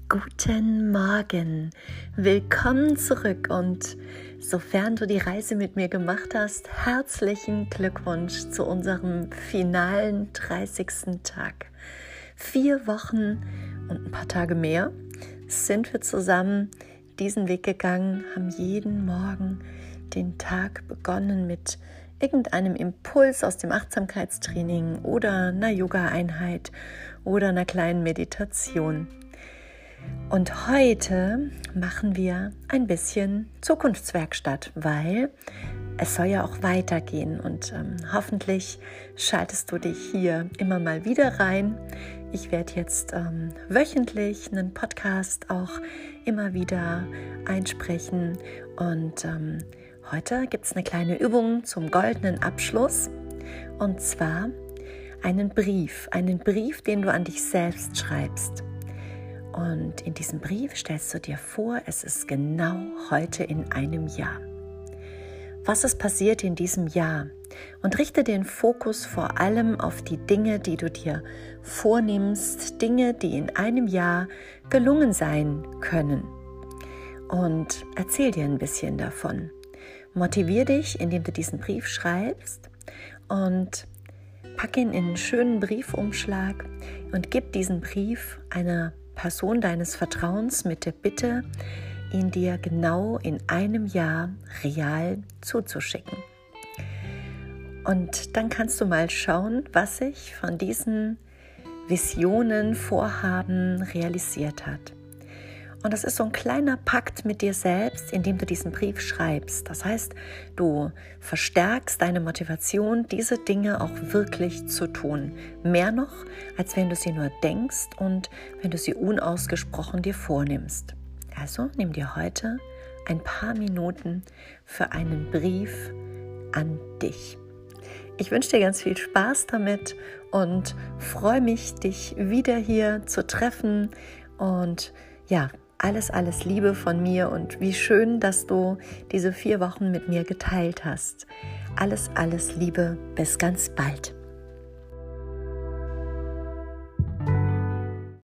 Guten Morgen, willkommen zurück und sofern du die Reise mit mir gemacht hast, herzlichen Glückwunsch zu unserem finalen 30. Tag. 4 Wochen und ein paar Tage mehr sind wir zusammen diesen Weg gegangen, haben jeden Morgen den Tag begonnen mit irgendeinem Impuls aus dem Achtsamkeitstraining oder einer Yoga-Einheit oder einer kleinen Meditation. Und heute machen wir ein bisschen Zukunftswerkstatt, weil es soll ja auch weitergehen und hoffentlich schaltest du dich hier immer mal wieder rein. Ich werde jetzt wöchentlich einen Podcast auch immer wieder einsprechen und heute gibt es eine kleine Übung zum goldenen Abschluss und zwar einen Brief, den du an dich selbst schreibst. Und in diesem Brief stellst du dir vor, es ist genau heute in einem Jahr. Was ist passiert in diesem Jahr? Und richte den Fokus vor allem auf die Dinge, die du dir vornimmst, Dinge, die in einem Jahr gelungen sein können. Und erzähl dir ein bisschen davon. Motivier dich, indem du diesen Brief schreibst und pack ihn in einen schönen Briefumschlag und gib diesen Brief einer Person deines Vertrauens mit der Bitte, ihn dir genau in einem Jahr real zuzuschicken. Und dann kannst du mal schauen, was sich von diesen Visionen, Vorhaben realisiert hat. Und das ist so ein kleiner Pakt mit dir selbst, indem du diesen Brief schreibst. Das heißt, du verstärkst deine Motivation, diese Dinge auch wirklich zu tun. Mehr noch, als wenn du sie nur denkst und wenn du sie unausgesprochen dir vornimmst. Also nimm dir heute ein paar Minuten für einen Brief an dich. Ich wünsche dir ganz viel Spaß damit und freue mich, dich wieder hier zu treffen und ja, alles Liebe von mir und wie schön, dass du diese 4 Wochen mit mir geteilt hast. Alles Liebe, bis ganz bald.